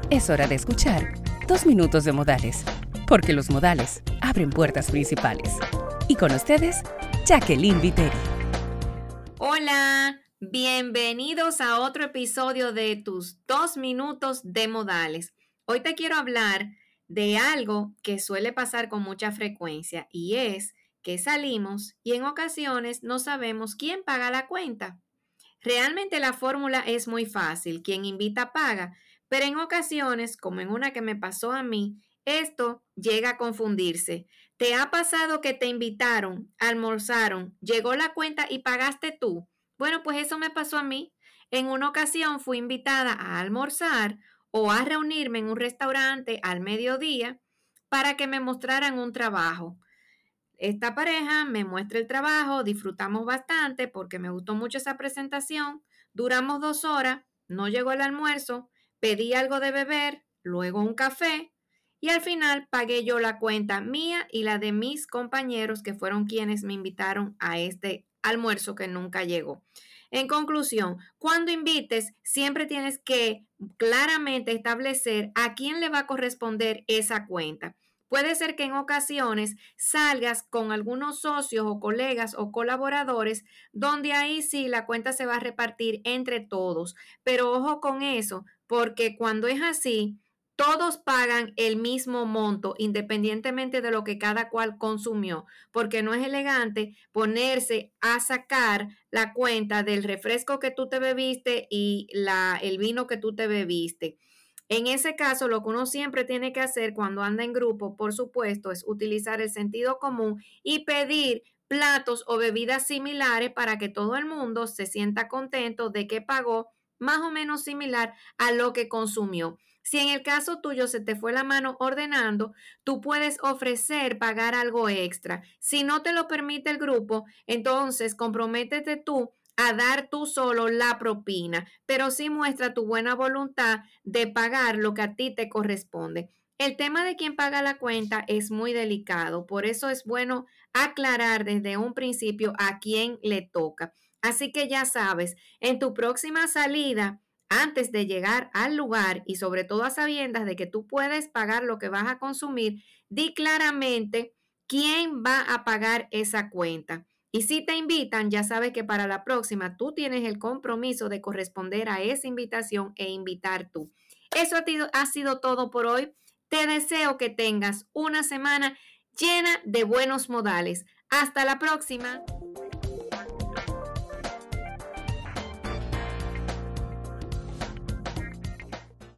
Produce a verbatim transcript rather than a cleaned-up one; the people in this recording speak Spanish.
Es hora de escuchar Dos Minutos de Modales, porque los modales abren puertas principales. Y con ustedes, Jacqueline Viteri. Hola, bienvenidos a otro episodio de tus Dos Minutos de Modales. Hoy te quiero hablar de algo que suele pasar con mucha frecuencia y es que salimos y en ocasiones no sabemos quién paga la cuenta. Realmente la fórmula es muy fácil, quien invita paga, pero en ocasiones, como en una que me pasó a mí, esto llega a confundirse. ¿Te ha pasado que te invitaron, almorzaron, llegó la cuenta y pagaste tú? Bueno, pues eso me pasó a mí. En una ocasión fui invitada a almorzar o a reunirme en un restaurante al mediodía para que me mostraran un trabajo. Esta pareja me muestra el trabajo, disfrutamos bastante porque me gustó mucho esa presentación, duramos dos horas, no llegó el almuerzo, pedí algo de beber, luego un café y al final pagué yo la cuenta mía y la de mis compañeros que fueron quienes me invitaron a este almuerzo que nunca llegó. En conclusión, cuando invites, siempre tienes que claramente establecer a quién le va a corresponder esa cuenta. Puede ser que en ocasiones salgas con algunos socios o colegas o colaboradores donde ahí sí la cuenta se va a repartir entre todos. Pero ojo con eso, porque cuando es así, todos pagan el mismo monto independientemente de lo que cada cual consumió, porque no es elegante ponerse a sacar la cuenta del refresco que tú te bebiste y la, el vino que tú te bebiste. En ese caso, lo que uno siempre tiene que hacer cuando anda en grupo, por supuesto, es utilizar el sentido común y pedir platos o bebidas similares para que todo el mundo se sienta contento de que pagó más o menos similar a lo que consumió. Si en el caso tuyo se te fue la mano ordenando, tú puedes ofrecer pagar algo extra. Si no te lo permite el grupo, entonces comprométete tú a dar tú solo la propina, pero sí muestra tu buena voluntad de pagar lo que a ti te corresponde. El tema de quién paga la cuenta es muy delicado, por eso es bueno aclarar desde un principio a quién le toca. Así que ya sabes, en tu próxima salida, antes de llegar al lugar y sobre todo a sabiendas de que tú puedes pagar lo que vas a consumir, di claramente quién va a pagar esa cuenta. Y si te invitan, ya sabes que para la próxima tú tienes el compromiso de corresponder a esa invitación e invitar tú. Eso ha sido, ha sido todo por hoy. Te deseo que tengas una semana llena de buenos modales. Hasta la próxima.